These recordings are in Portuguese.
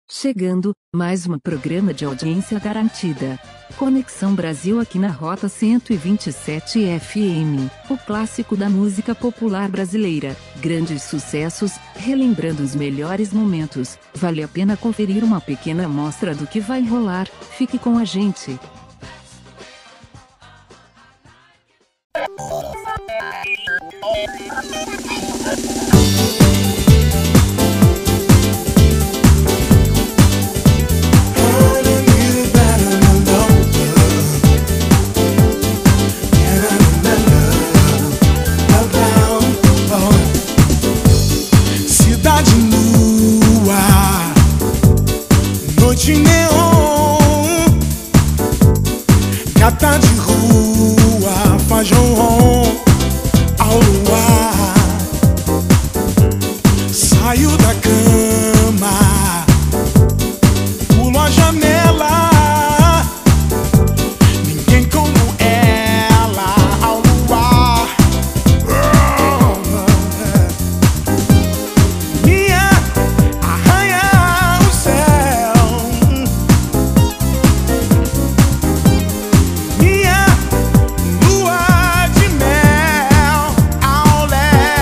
Chegando, mais um programa de audiência garantida. Conexão Brasil aqui na Rota 127 FM, o clássico da música popular brasileira. Grandes sucessos, relembrando os melhores momentos. Vale a pena conferir uma pequena amostra do que vai rolar. Fique com a gente. Cidade nua, noite neon, gata de rua, faz ronron ao luar. Saio da cama, pulo a janela, ninguém como ela ao luar. Minha arranha o céu, minha lua de mel ao léu.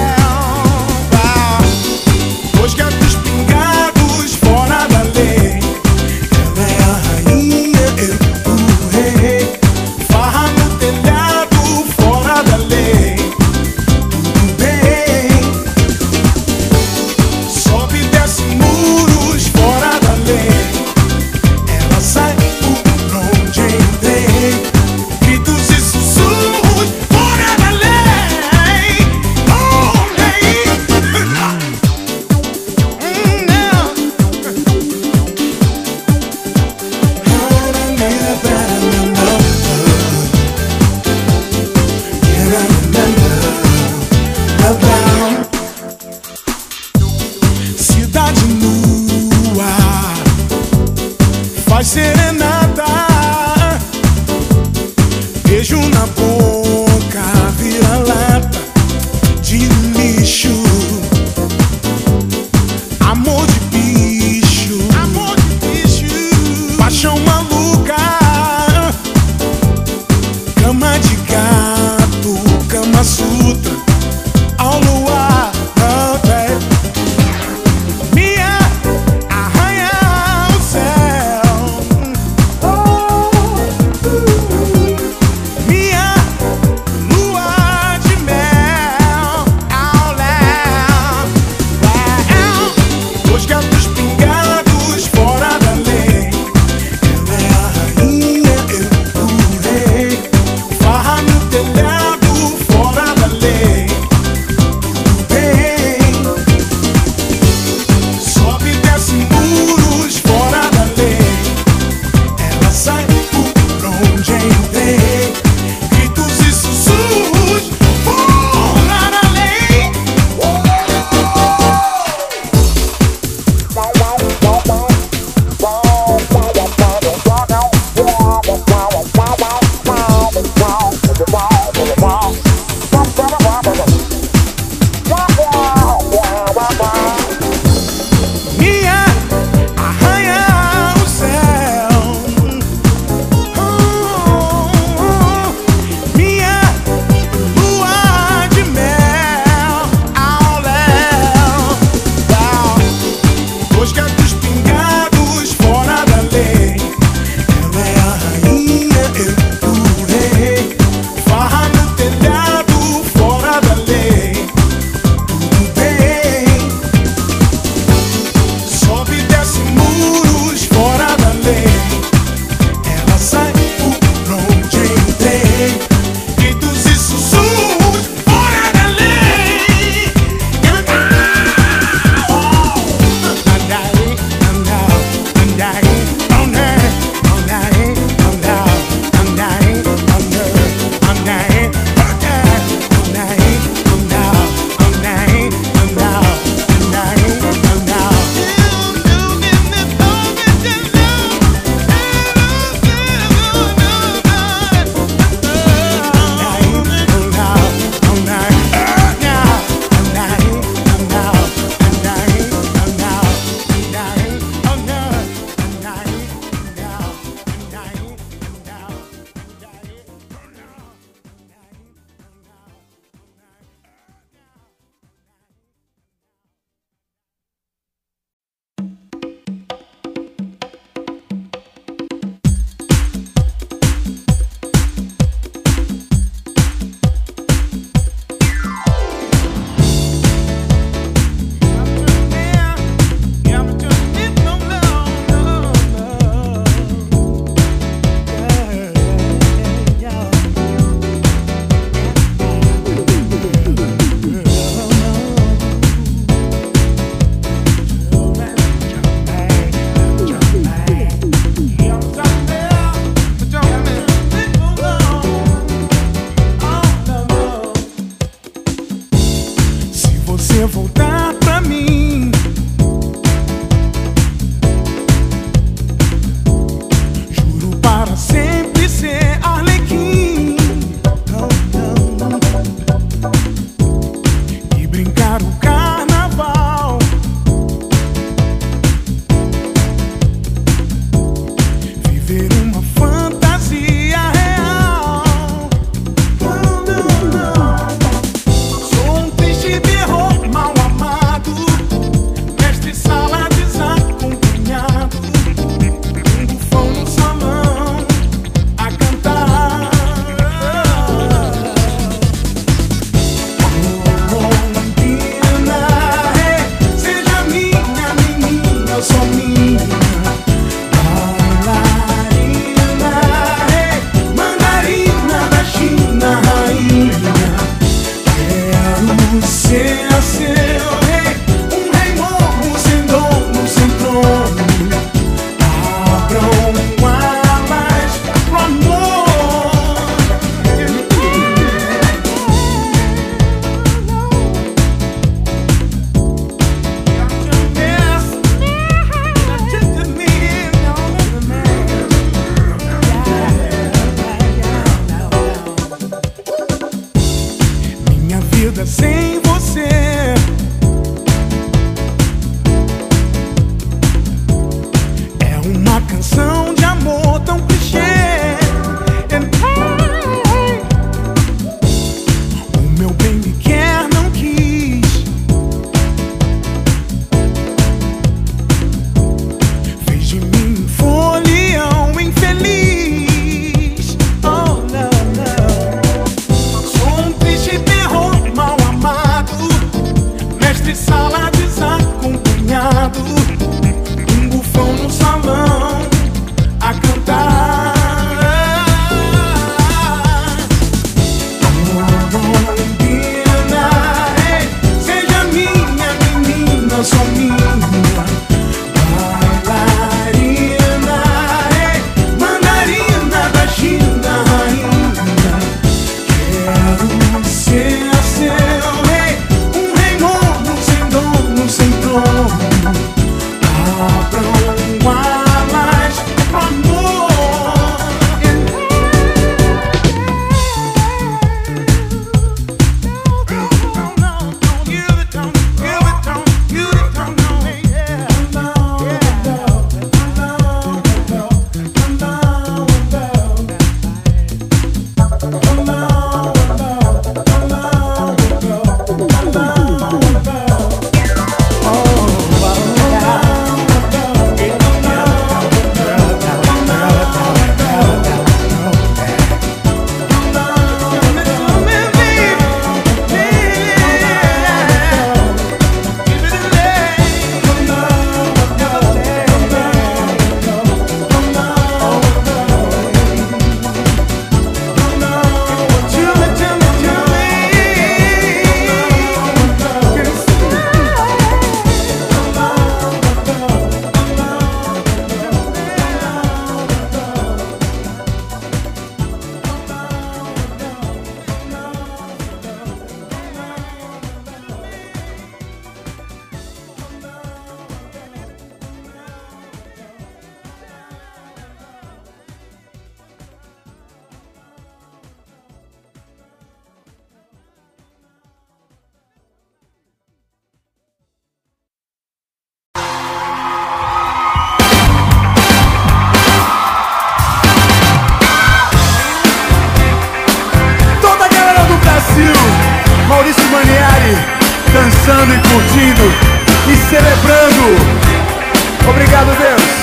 dançando e curtindo e celebrando. Obrigado, Deus.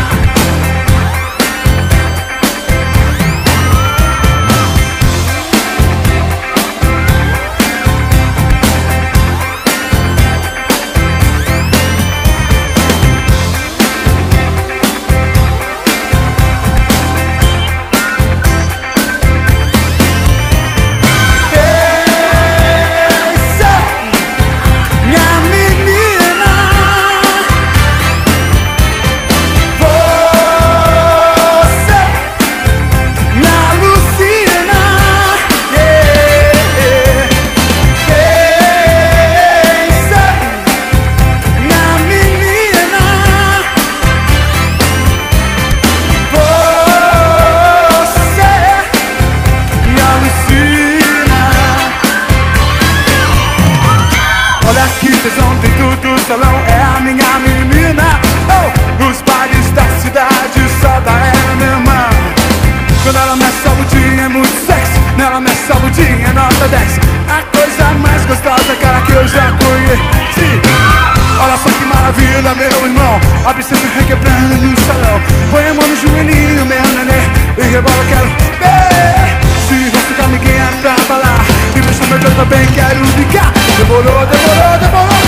Meu irmão, a princesa requebrando no salão. Põe a mão no joelhinho, meu nenê, e rebola, eu quero ver. Se você ficar ninguém é pra falar, e me chama que eu também quero ficar. Demorou, demorou, demorou.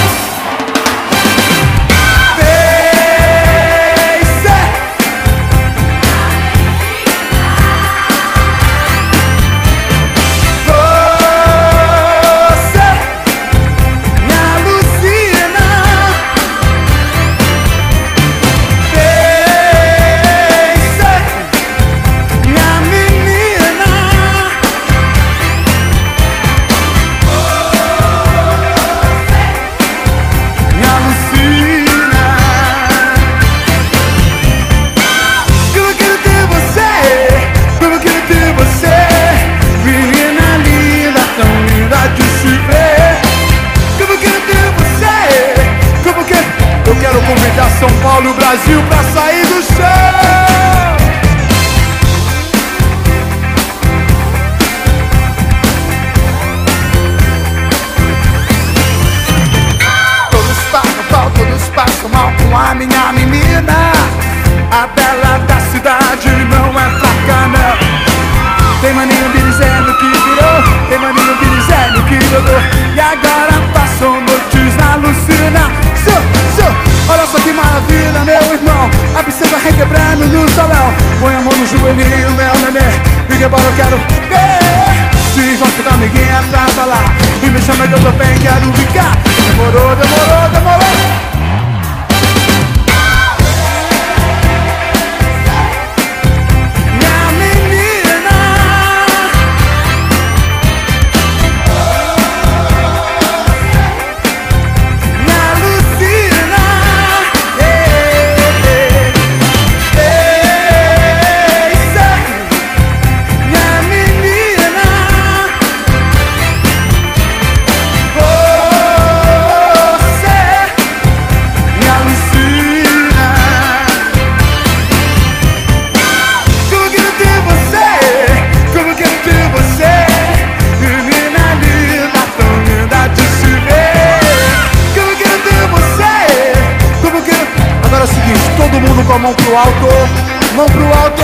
São Paulo e o Brasil pra sair do chão. Todos passam pau, todos passam mal com a minha menina. A bela da cidade não é fraca, não. Tem maninho dizendo que virou, tem maninho dizendo que jogou, e agora passam noites na alucinação. Olha só que maravilha, meu irmão, a princesa requebrando no salão. Põe a mão no joelhinho, meu nenê, e rebola, eu quero ver. Se você tá ninguém é pra falar, e me chama que eu também quero ficar. Demorou, demorou, demorou. Com a mão pro alto, mão pro alto.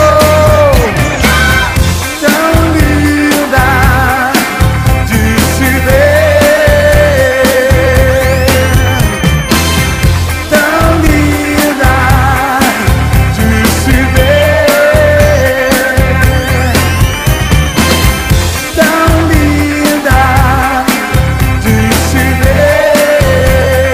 Tão linda de se ver, tão linda de se ver, tão linda de se ver,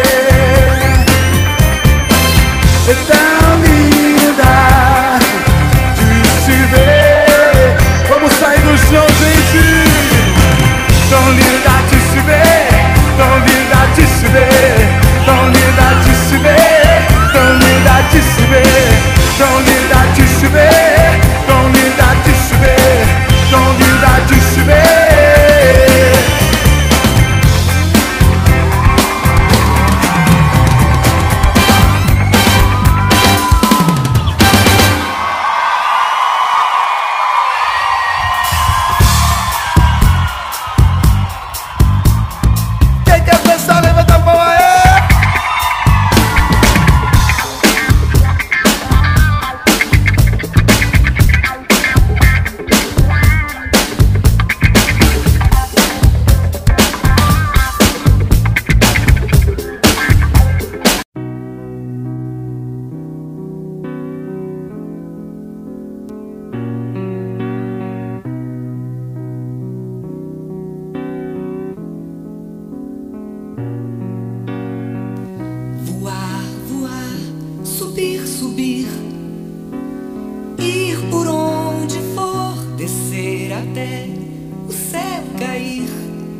tão linda de se ver. Vamos sair do chão, gente. Tão linda de se ver, tão linda de se ver, tão linda de se ver, tão linda de se ver, tão linda de se ver, tão linda de se ver, tão linda de se ver. Quem quer dançar, levanta a mão. até o céu cair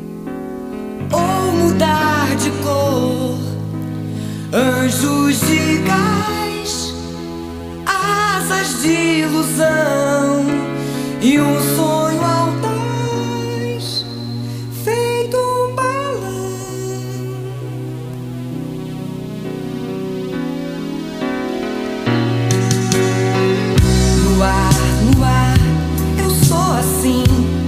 ou mudar de cor. Anjos de gás, asas de ilusão e um sonho audaz feito um balão. No ar, eu sou assim,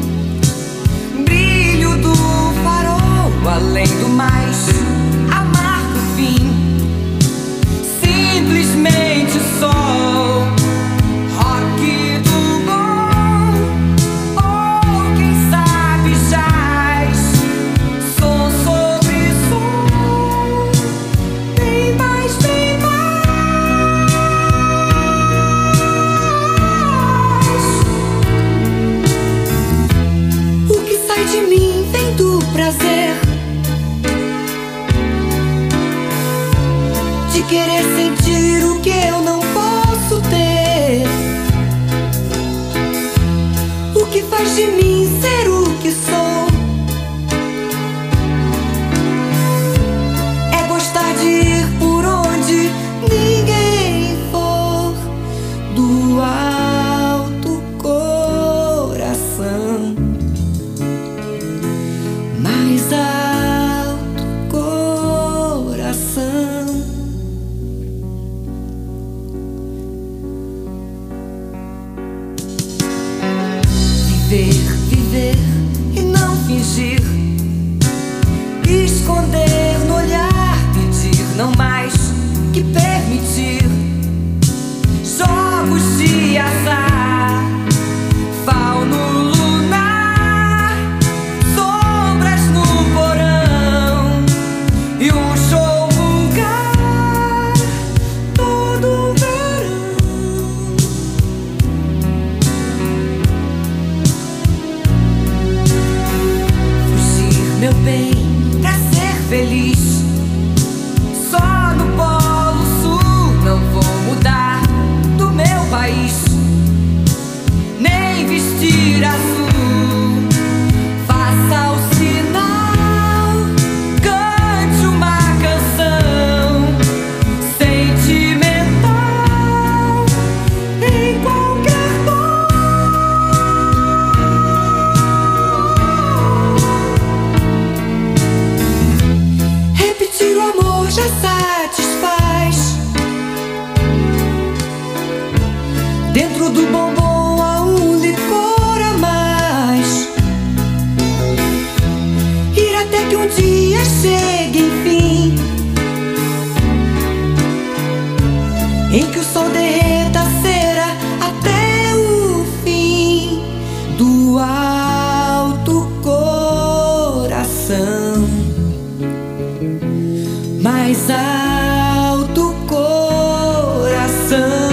brilho do farol, além do mais, amargo o fim, simplesmente sol, rock do bom, ou quem sabe jazz, som sobre som, bem mais, bem mais. O que sai de mim vem do prazer de querer sentir o que eu não posso ter. O que faz de mim ser o que sou é gostar de ir por onde ninguém for, do alto coração, mais alto coração. Viver e não fingir, esconder no olhar, pedir não mais que permitir. Jogos de azar, fauno lunar, sombras no porão e um show vulgar todo verão. Meu bem, pra ser feliz, só no Polo Sul. Não vou mudar do meu país, nem vestir azul. Faça o sinal, cante uma canção sentimental em qualquer tom. Repetir o amor já satisfaz. Dentro do bombom há um licor a mais. Ir até que um dia chegue, enfim, em que o sol derreta a cera até o fim, do alto coração, mais alto coração.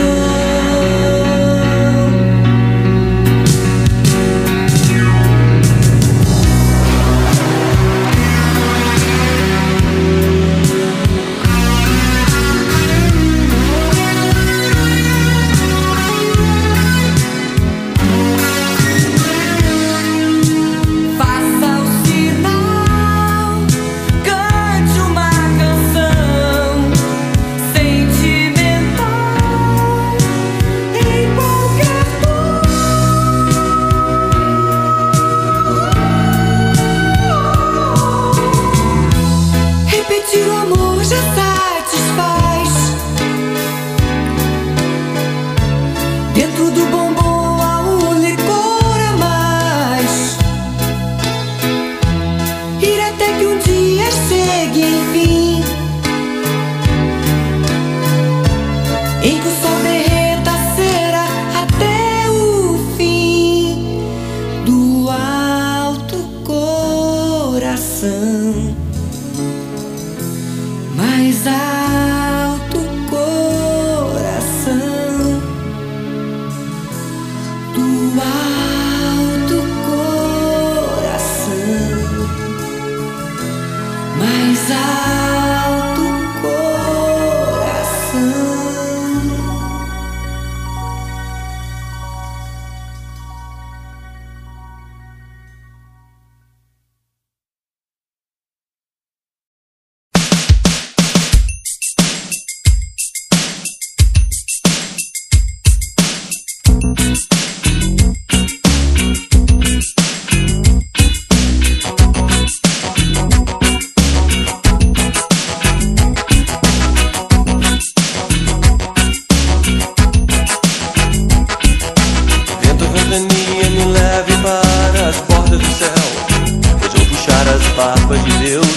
barba de Deus.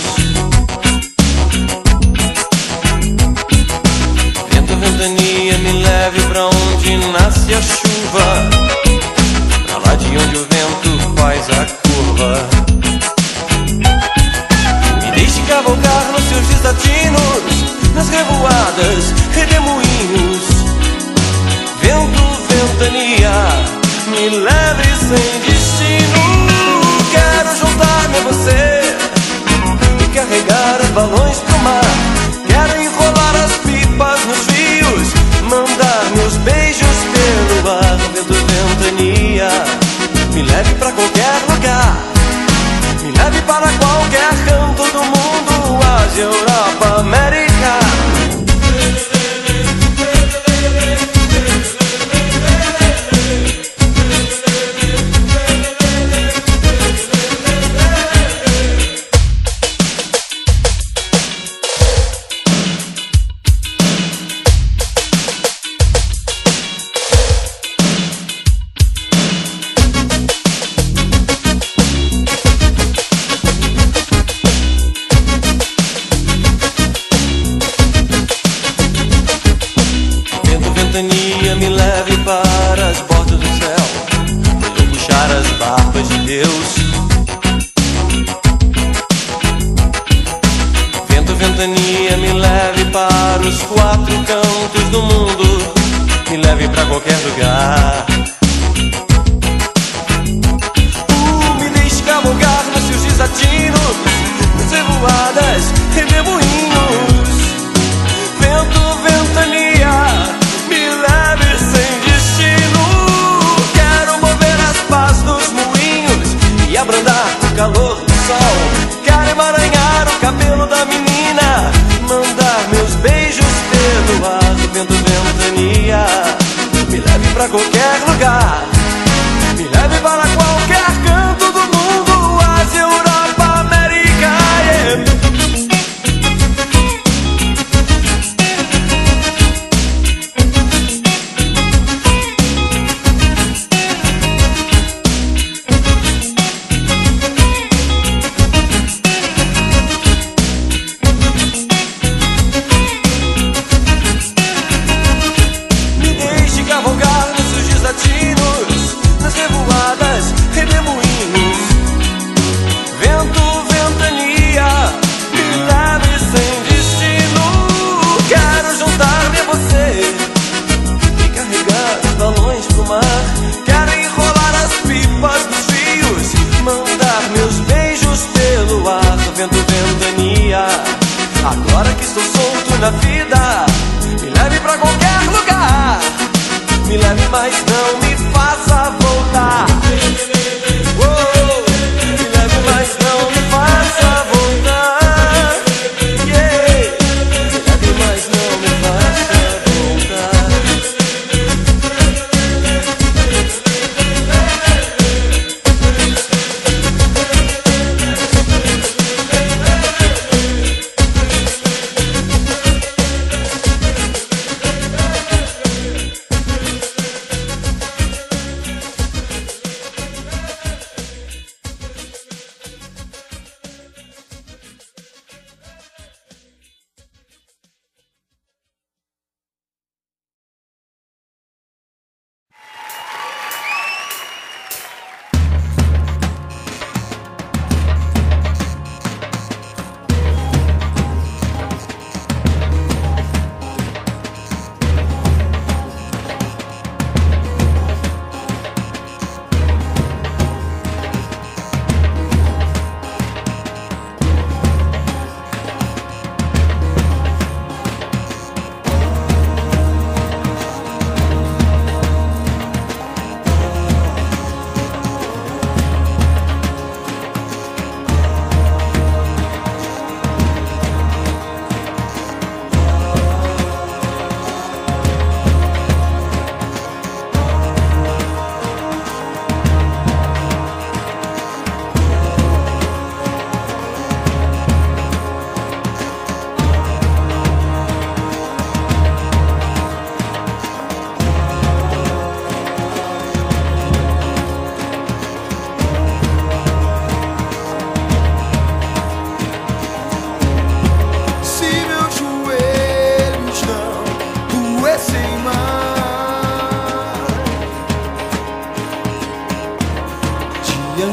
Vento, ventania, me leve pra onde nasce a chuva, pra lá de onde o vento faz a curva. Me deixe cavalgar nos seus desatinos, nas revoadas, redemoinhos. Vento, ventania, me leve sem destino. Quero juntar-me a você e carregar os balões pro mar. Quero enrolar as pipas nos rios, mandar meus beijos pelo ar. Vento, ventania, me leve pra qualquer lugar, me leve para qualquer canto do mundo, Ásia, Europa, América. Me leve para as bordas do céu, eu puxar as barbas de Deus. Vento, ventania, me leve para os quatro cantos do mundo, me leve para qualquer lugar. Me deixe cavalgar nos seus desatinos, nas revoadas, redemoinhos. Vento, ventania, me leve sem destino. Quero mover as pás dos moinhos e abrandar o calor do sol. Quero emaranhar o cabelo da menina, mandar meus beijos pelo ar. Vento, ventania, me leve pra qualquer lugar, me leve para qualquer canto do mundo, Ásia, Europa, América, yeah. Nas revoadas, redemoinhos. Vento, ventania, me leve sem destino. Quero juntar-me a você e carregar os balões pro mar. Quero enrolar as pipas dos rios, mandar meus beijos pelo ar. Vento, ventania, agora que estou solto na vida, me leve pra qualquer lugar, me leve, mas não me faça voltar. Oh, me leve, mas não me faça voltar. Yeah. Me leve, mas não me faça voltar.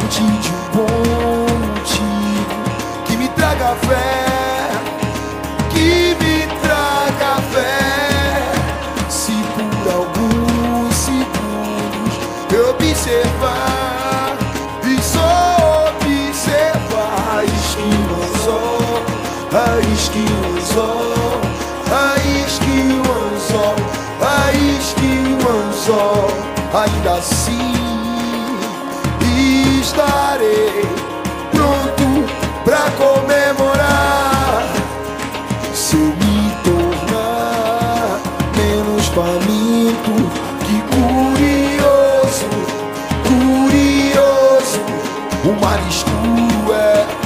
fonte de um bom motivo que me traga fé, que me traga fé. Se por alguns segundos eu observar e só observar, isque o anzol, isque o anzol, isque o anzol, isque o anzol. Ainda assim estarei pronto pra comemorar se eu me tornar menos faminto que curioso, curioso. O mar escuro é